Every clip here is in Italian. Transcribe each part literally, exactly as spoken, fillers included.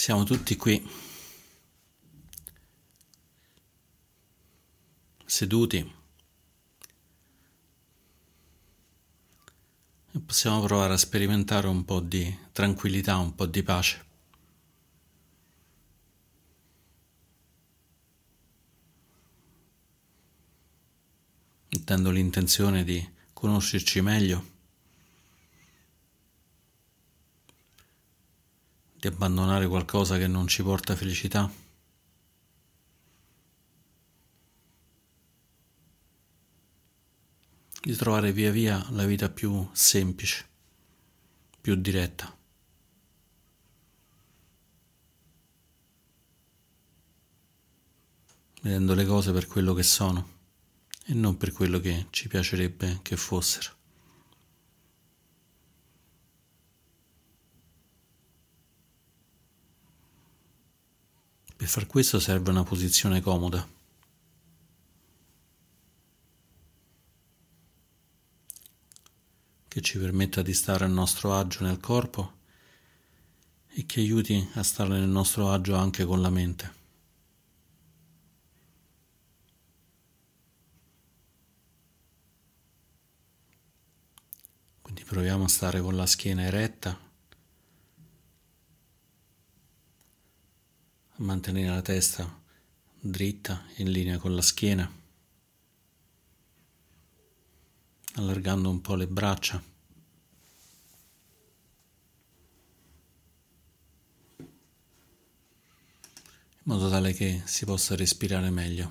Siamo tutti qui, seduti, e possiamo provare a sperimentare un po' di tranquillità, un po' di pace. Intendo l'intenzione di conoscerci meglio, di abbandonare qualcosa che non ci porta felicità, di trovare via via la vita più semplice, più diretta. Vedendo le cose per quello che sono e non per quello che ci piacerebbe che fossero. Per far questo serve una posizione comoda. Che ci permetta di stare a nostro agio nel corpo e che aiuti a stare nel nostro agio anche con la mente. Quindi proviamo a stare con la schiena eretta, a mantenere la testa dritta in linea con la schiena, allargando un po' le braccia. In modo tale che si possa respirare meglio.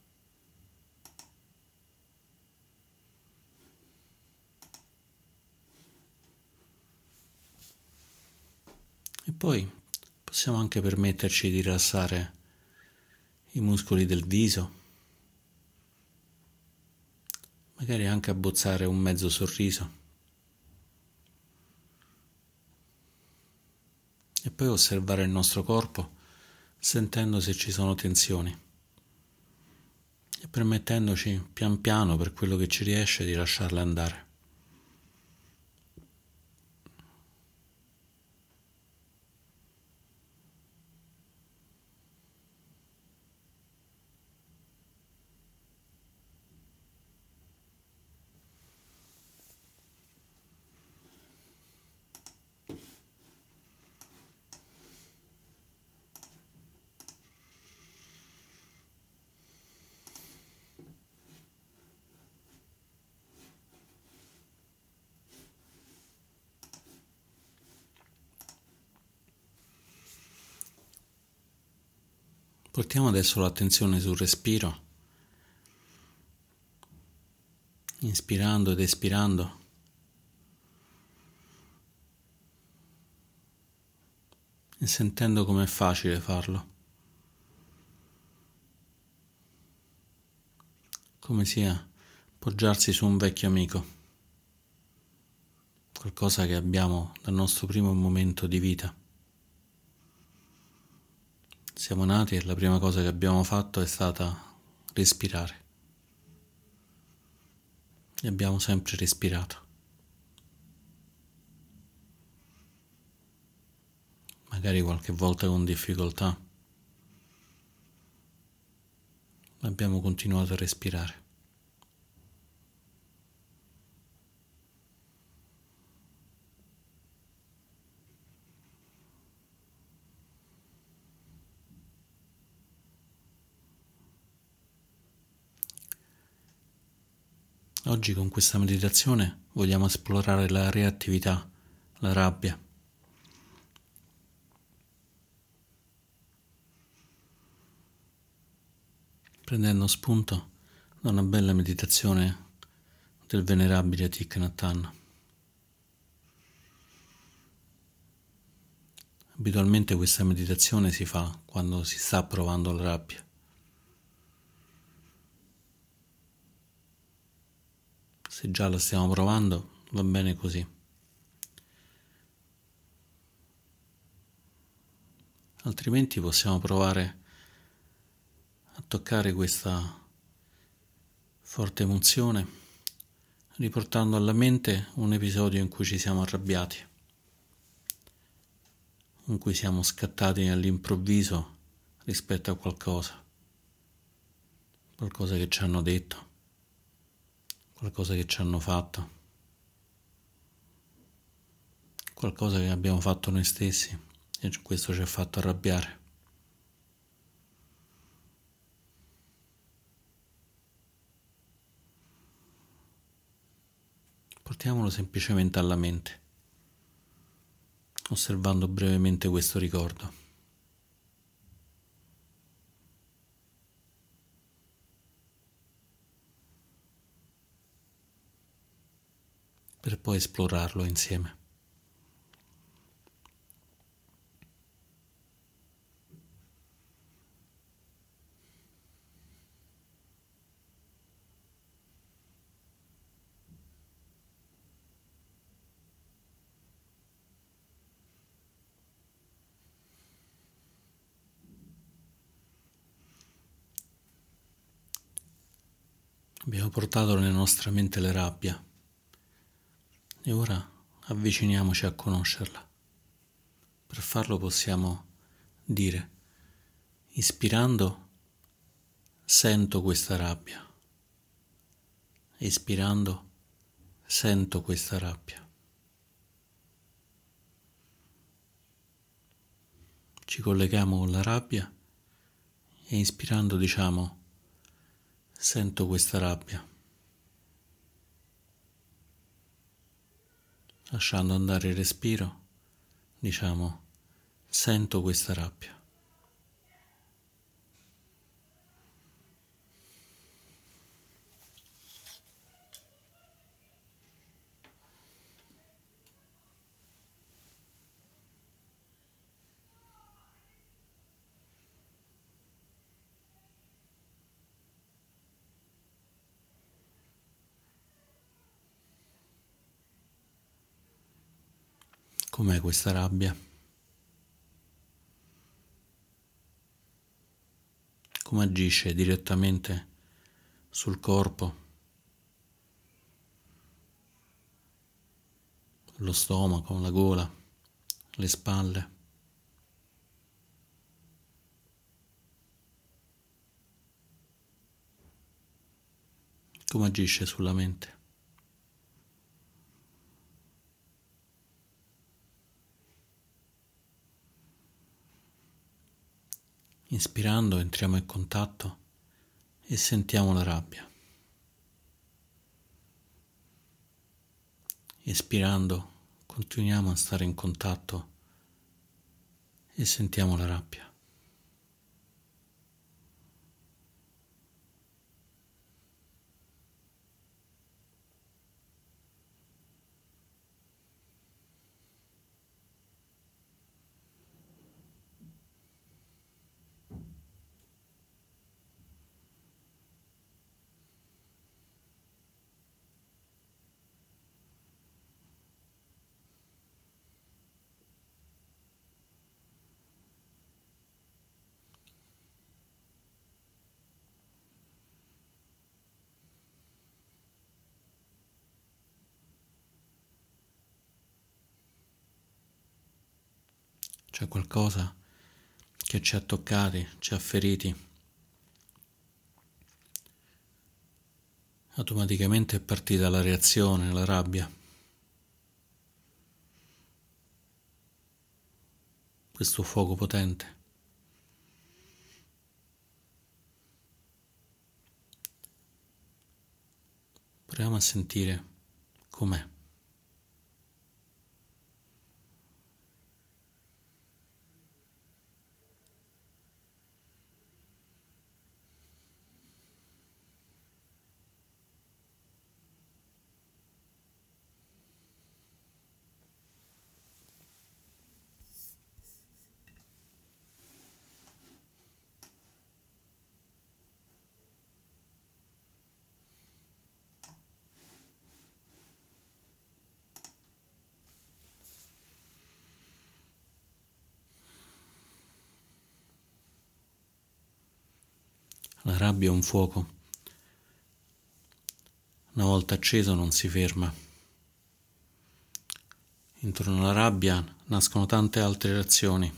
E poi possiamo anche permetterci di rilassare i muscoli del viso, magari anche abbozzare un mezzo sorriso, e poi osservare il nostro corpo sentendo se ci sono tensioni e permettendoci pian piano, per quello che ci riesce, di lasciarle andare. Portiamo adesso l'attenzione sul respiro, inspirando ed espirando, e sentendo com'è facile farlo, come sia poggiarsi su un vecchio amico, qualcosa che abbiamo dal nostro primo momento di vita. Siamo nati e la prima cosa che abbiamo fatto è stata respirare. E abbiamo sempre respirato. Magari qualche volta con difficoltà, ma abbiamo continuato a respirare. Oggi con questa meditazione vogliamo esplorare la reattività, la rabbia. Prendendo spunto da una bella meditazione del venerabile Thich Nhat Hanh. Abitualmente questa meditazione si fa quando si sta provando la rabbia. Se già la stiamo provando, va bene così. Altrimenti possiamo provare a toccare questa forte emozione, riportando alla mente un episodio in cui ci siamo arrabbiati, in cui siamo scattati all'improvviso rispetto a qualcosa, qualcosa che ci hanno detto, qualcosa che ci hanno fatto, qualcosa che abbiamo fatto noi stessi e questo ci ha fatto arrabbiare. Portiamolo semplicemente alla mente, osservando brevemente questo ricordo. Per poi esplorarlo insieme. Abbiamo portato nella nostra mente la rabbia e ora avviciniamoci a conoscerla. Per farlo possiamo dire, ispirando, sento questa rabbia, espirando, sento questa rabbia. Ci colleghiamo con la rabbia e ispirando diciamo, sento questa rabbia. Lasciando andare il respiro, diciamo, sento questa rabbia. Com'è questa rabbia? Come agisce direttamente sul corpo, lo stomaco, la gola, le spalle? Come agisce sulla mente? Inspirando entriamo in contatto e sentiamo la rabbia. Espirando continuiamo a stare in contatto e sentiamo la rabbia. C'è qualcosa che ci ha toccati, ci ha feriti. Automaticamente è partita la reazione, la rabbia. Questo fuoco potente. Proviamo a sentire com'è. La rabbia è un fuoco. Una volta acceso non si ferma Intorno alla rabbia nascono tante altre reazioni.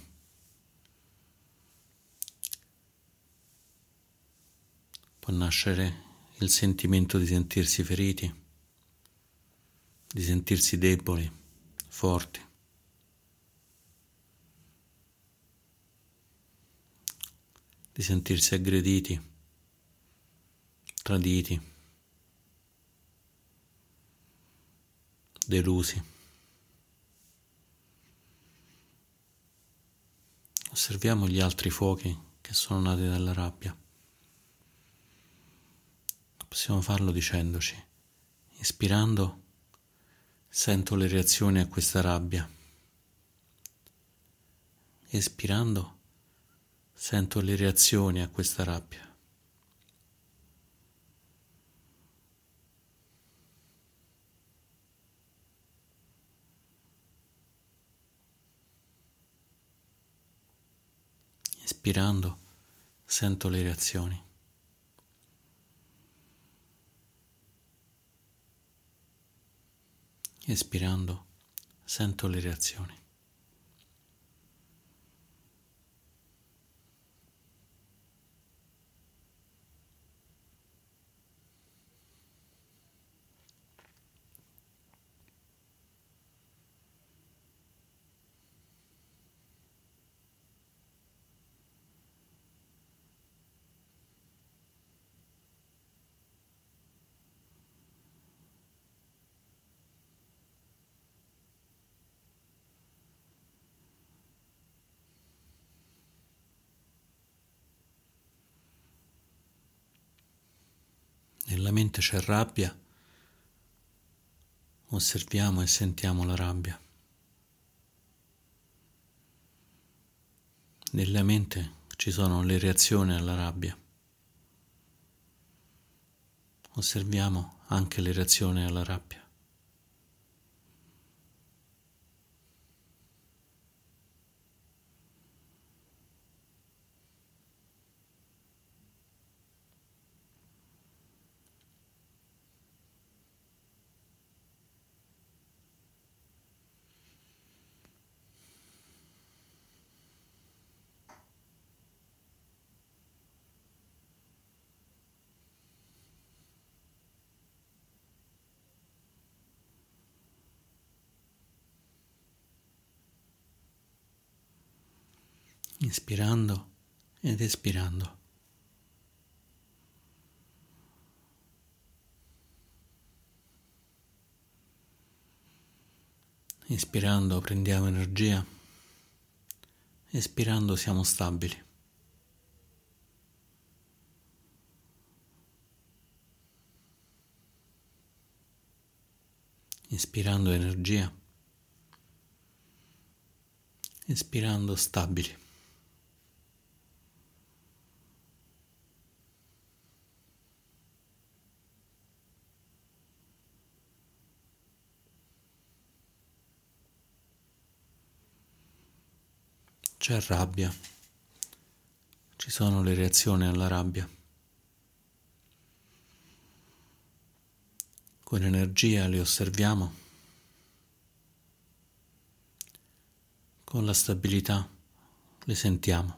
Può nascere il sentimento di sentirsi feriti, di sentirsi deboli, forti, di sentirsi aggrediti, traditi, delusi. Osserviamo gli altri fuochi che sono nati dalla rabbia. Possiamo farlo dicendoci: ispirando, sento le reazioni a questa rabbia. Espirando, sento le reazioni a questa rabbia. Espirando, sento le reazioni. Espirando, sento le reazioni. Nella mente c'è rabbia, osserviamo e sentiamo la rabbia. Nella mente ci sono le reazioni alla rabbia. Osserviamo anche le reazioni alla rabbia. Inspirando ed espirando. Inspirando prendiamo energia, espirando siamo stabili. Inspirando energia, espirando stabili. C'è rabbia, ci sono le reazioni alla rabbia. Con energia le osserviamo, con la stabilità le sentiamo.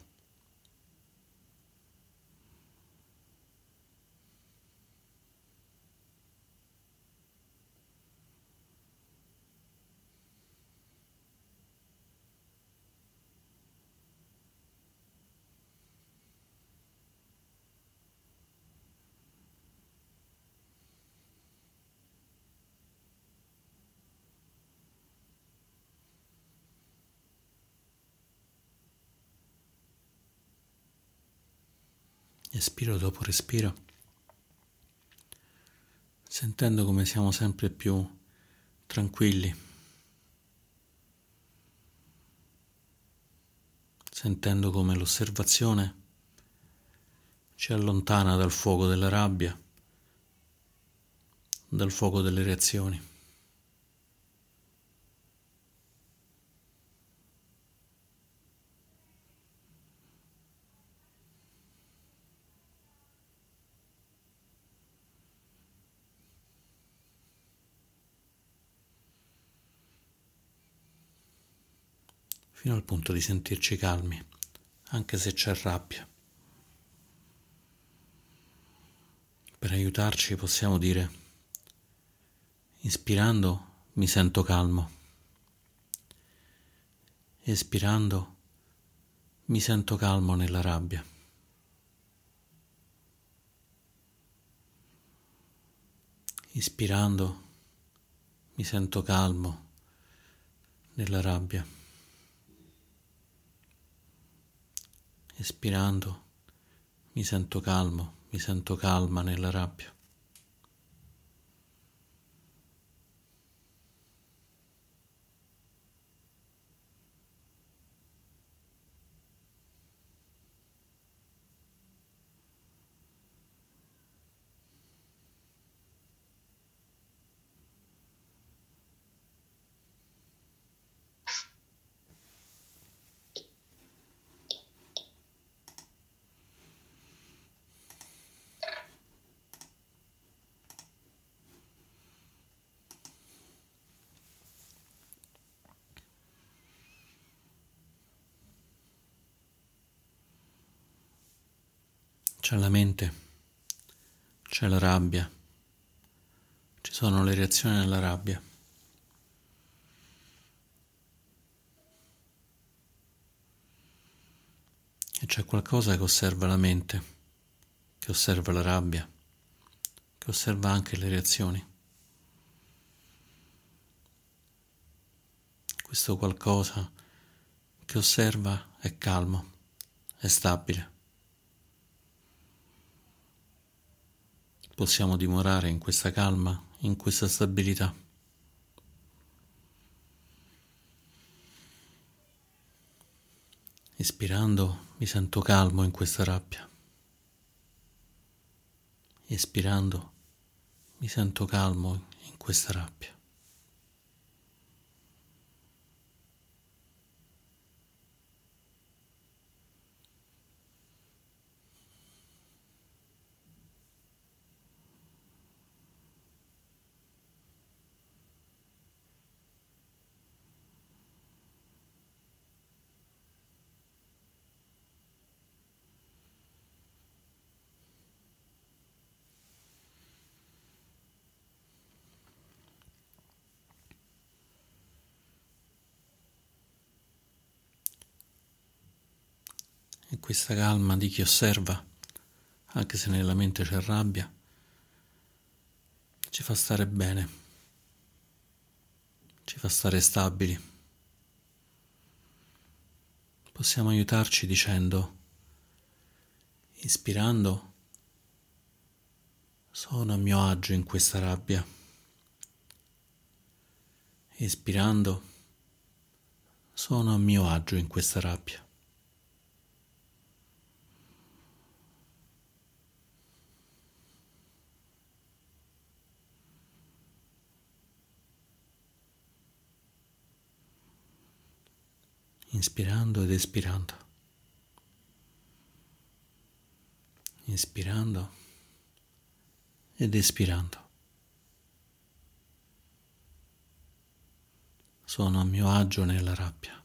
Respiro dopo respiro, sentendo come siamo sempre più tranquilli, sentendo come l'osservazione ci allontana dal fuoco della rabbia, dal fuoco delle reazioni. fino al punto di sentirci calmi, anche se c'è rabbia. Per aiutarci possiamo dire: inspirando mi sento calmo, espirando mi sento calmo nella rabbia. Ispirando mi sento calmo nella rabbia. Espirando mi sento calmo, mi sento calma nella rabbia. C'è la mente, c'è la rabbia, ci sono le reazioni alla rabbia. E c'è qualcosa che osserva la mente, che osserva la rabbia, che osserva anche le reazioni. Questo qualcosa che osserva è calmo, è stabile. Possiamo dimorare in questa calma, in questa stabilità. Ispirando mi sento calmo in questa rabbia. Espirando mi sento calmo in questa rabbia. E questa calma di chi osserva, anche se nella mente c'è rabbia, ci fa stare bene, ci fa stare stabili. Possiamo aiutarci dicendo: ispirando sono a mio agio in questa rabbia. Espirando sono a mio agio in questa rabbia. Inspirando ed espirando. Inspirando ed espirando. Sono a mio agio nella rabbia.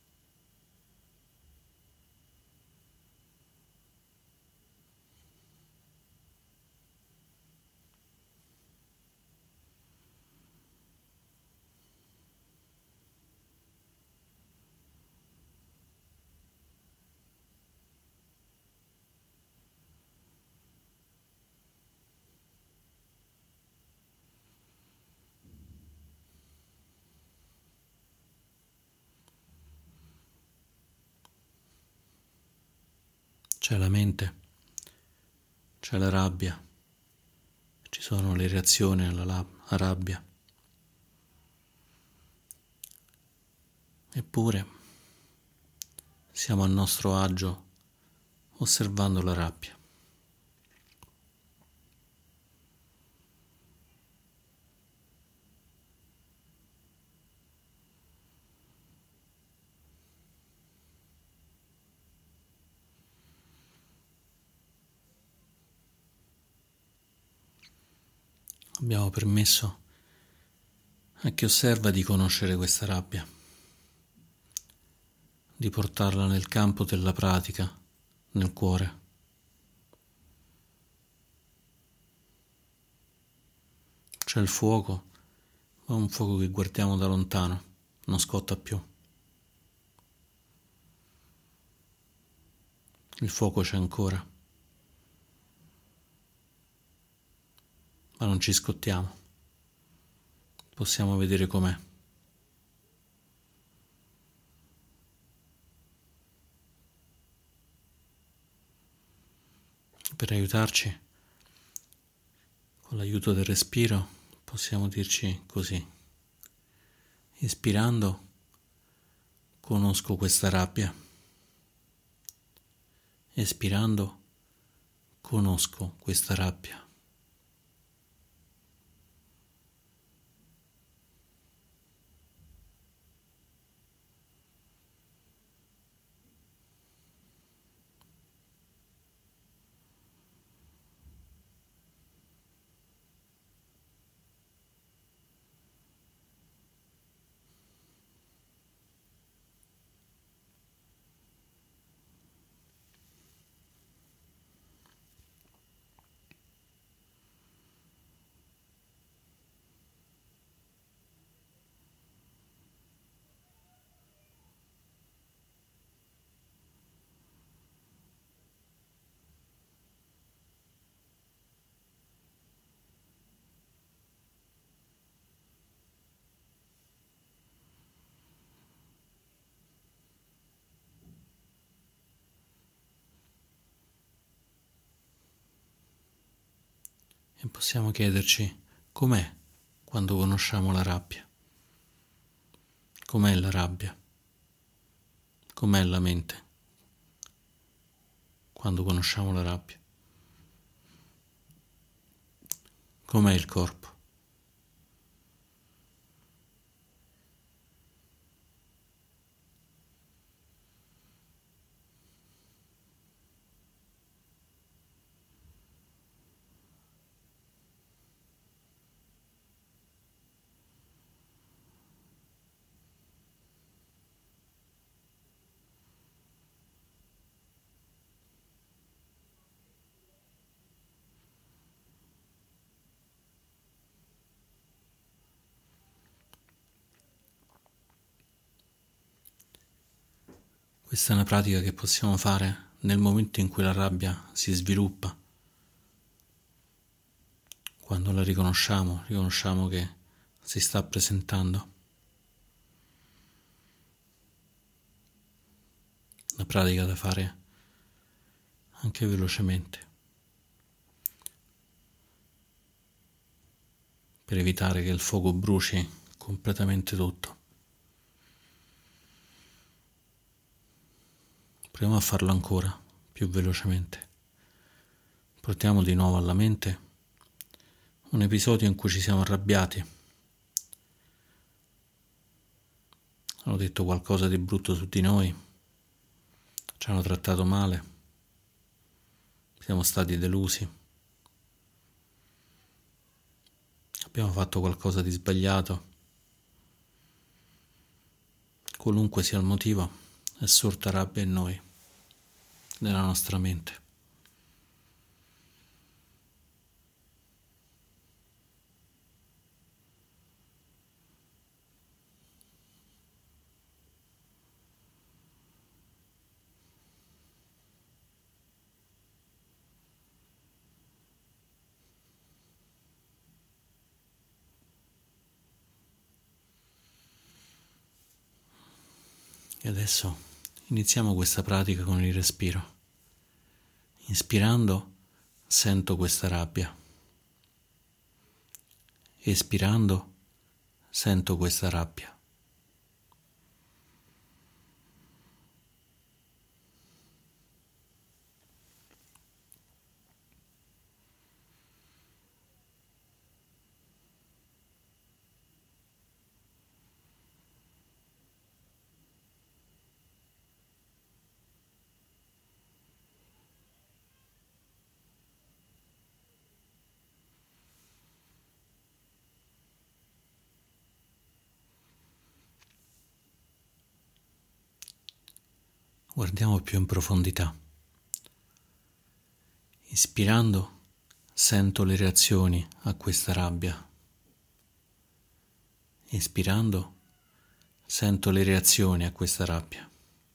C'è la mente, c'è la rabbia, ci sono le reazioni alla lab- rabbia. Eppure siamo a nostro agio osservando la rabbia. Abbiamo permesso a chi osserva di conoscere questa rabbia. di portarla nel campo della pratica, nel cuore. C'è il fuoco, ma è un fuoco che guardiamo da lontano, non scotta più. Il fuoco c'è ancora, ma non ci scottiamo. Possiamo vedere com'è. Per aiutarci, con l'aiuto del respiro, possiamo dirci così. Ispirando, conosco questa rabbia. Espirando, conosco questa rabbia. E possiamo chiederci com'è quando conosciamo la rabbia. Com'è la rabbia? Com'è la mente quando conosciamo la rabbia? Com'è il corpo? Questa è una pratica che possiamo fare nel momento in cui la rabbia si sviluppa. Quando la riconosciamo, riconosciamo che si sta presentando. Una pratica da fare anche velocemente, per evitare che il fuoco bruci completamente tutto. Proviamo a farlo ancora più velocemente. Portiamo di nuovo alla mente un episodio in cui ci siamo arrabbiati. Hanno detto qualcosa di brutto su di noi, ci hanno trattato male, siamo stati delusi, abbiamo fatto qualcosa di sbagliato. Qualunque sia il motivo, è sorta rabbia in noi, nella nostra mente. E adesso iniziamo questa pratica con il respiro. Inspirando, sento questa rabbia. Espirando, sento questa rabbia. Guardiamo più in profondità. Ispirando, sento le reazioni a questa rabbia. Espirando, sento le reazioni a questa rabbia.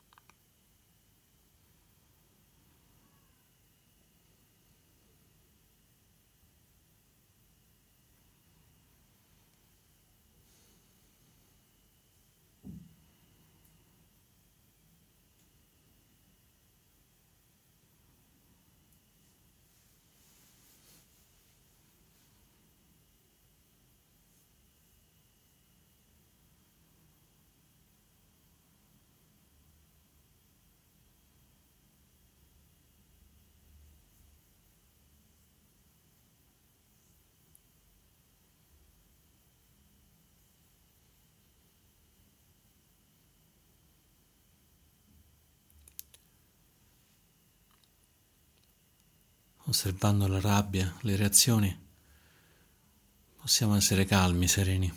Osservando la rabbia, le reazioni, possiamo essere calmi, sereni.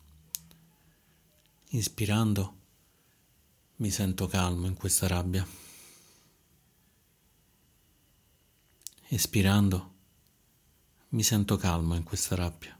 Ispirando, mi sento calmo in questa rabbia. Espirando, mi sento calmo in questa rabbia.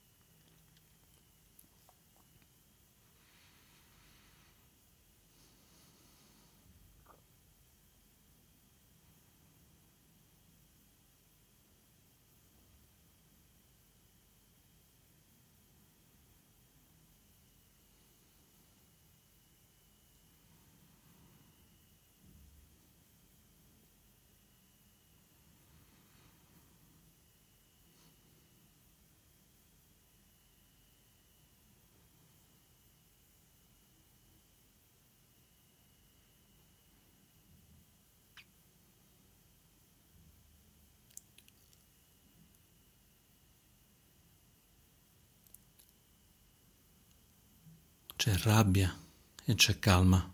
C'è rabbia e c'è calma.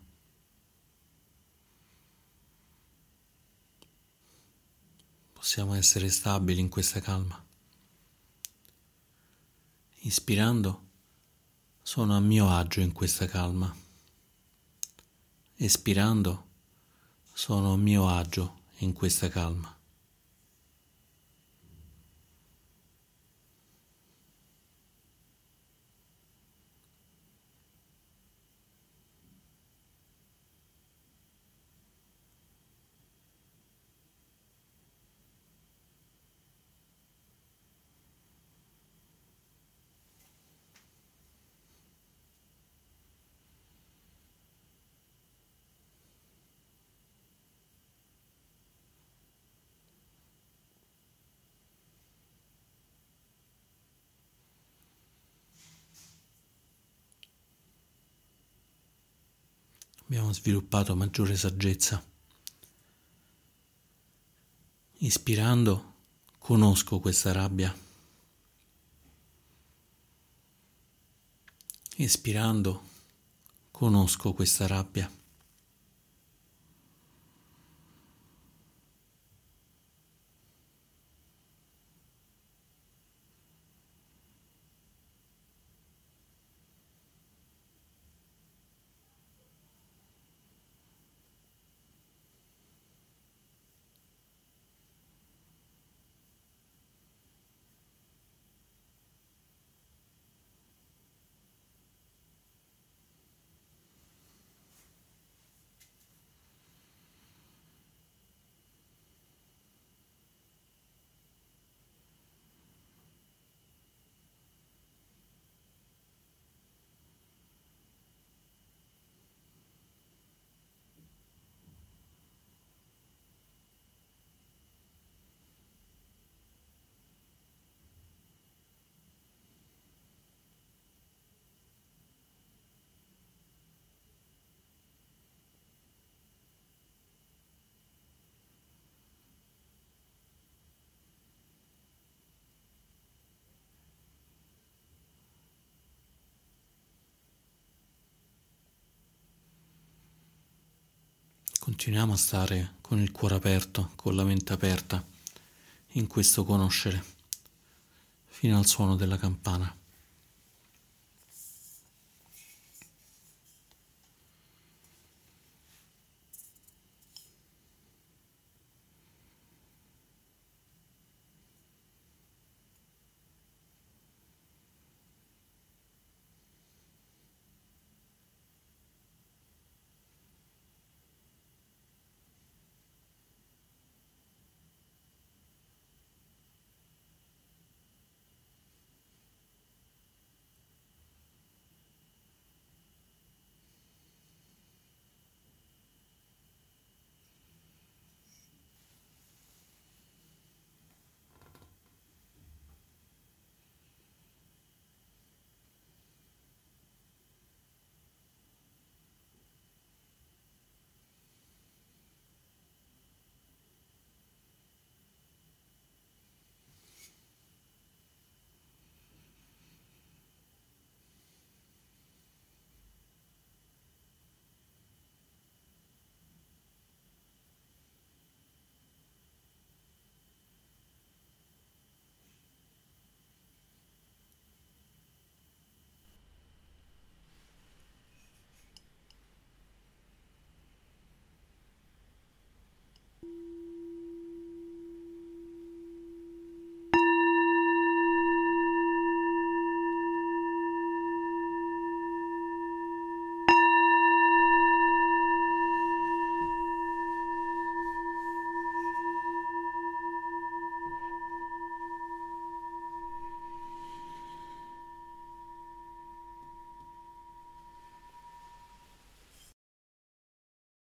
Possiamo essere stabili in questa calma. Ispirando, sono a mio agio in questa calma. Espirando, sono a mio agio in questa calma. Abbiamo sviluppato maggiore saggezza. Ispirando, conosco questa rabbia. Espirando, conosco questa rabbia. Continuiamo a stare con il cuore aperto, con la mente aperta, in questo conoscere, fino al suono della campana.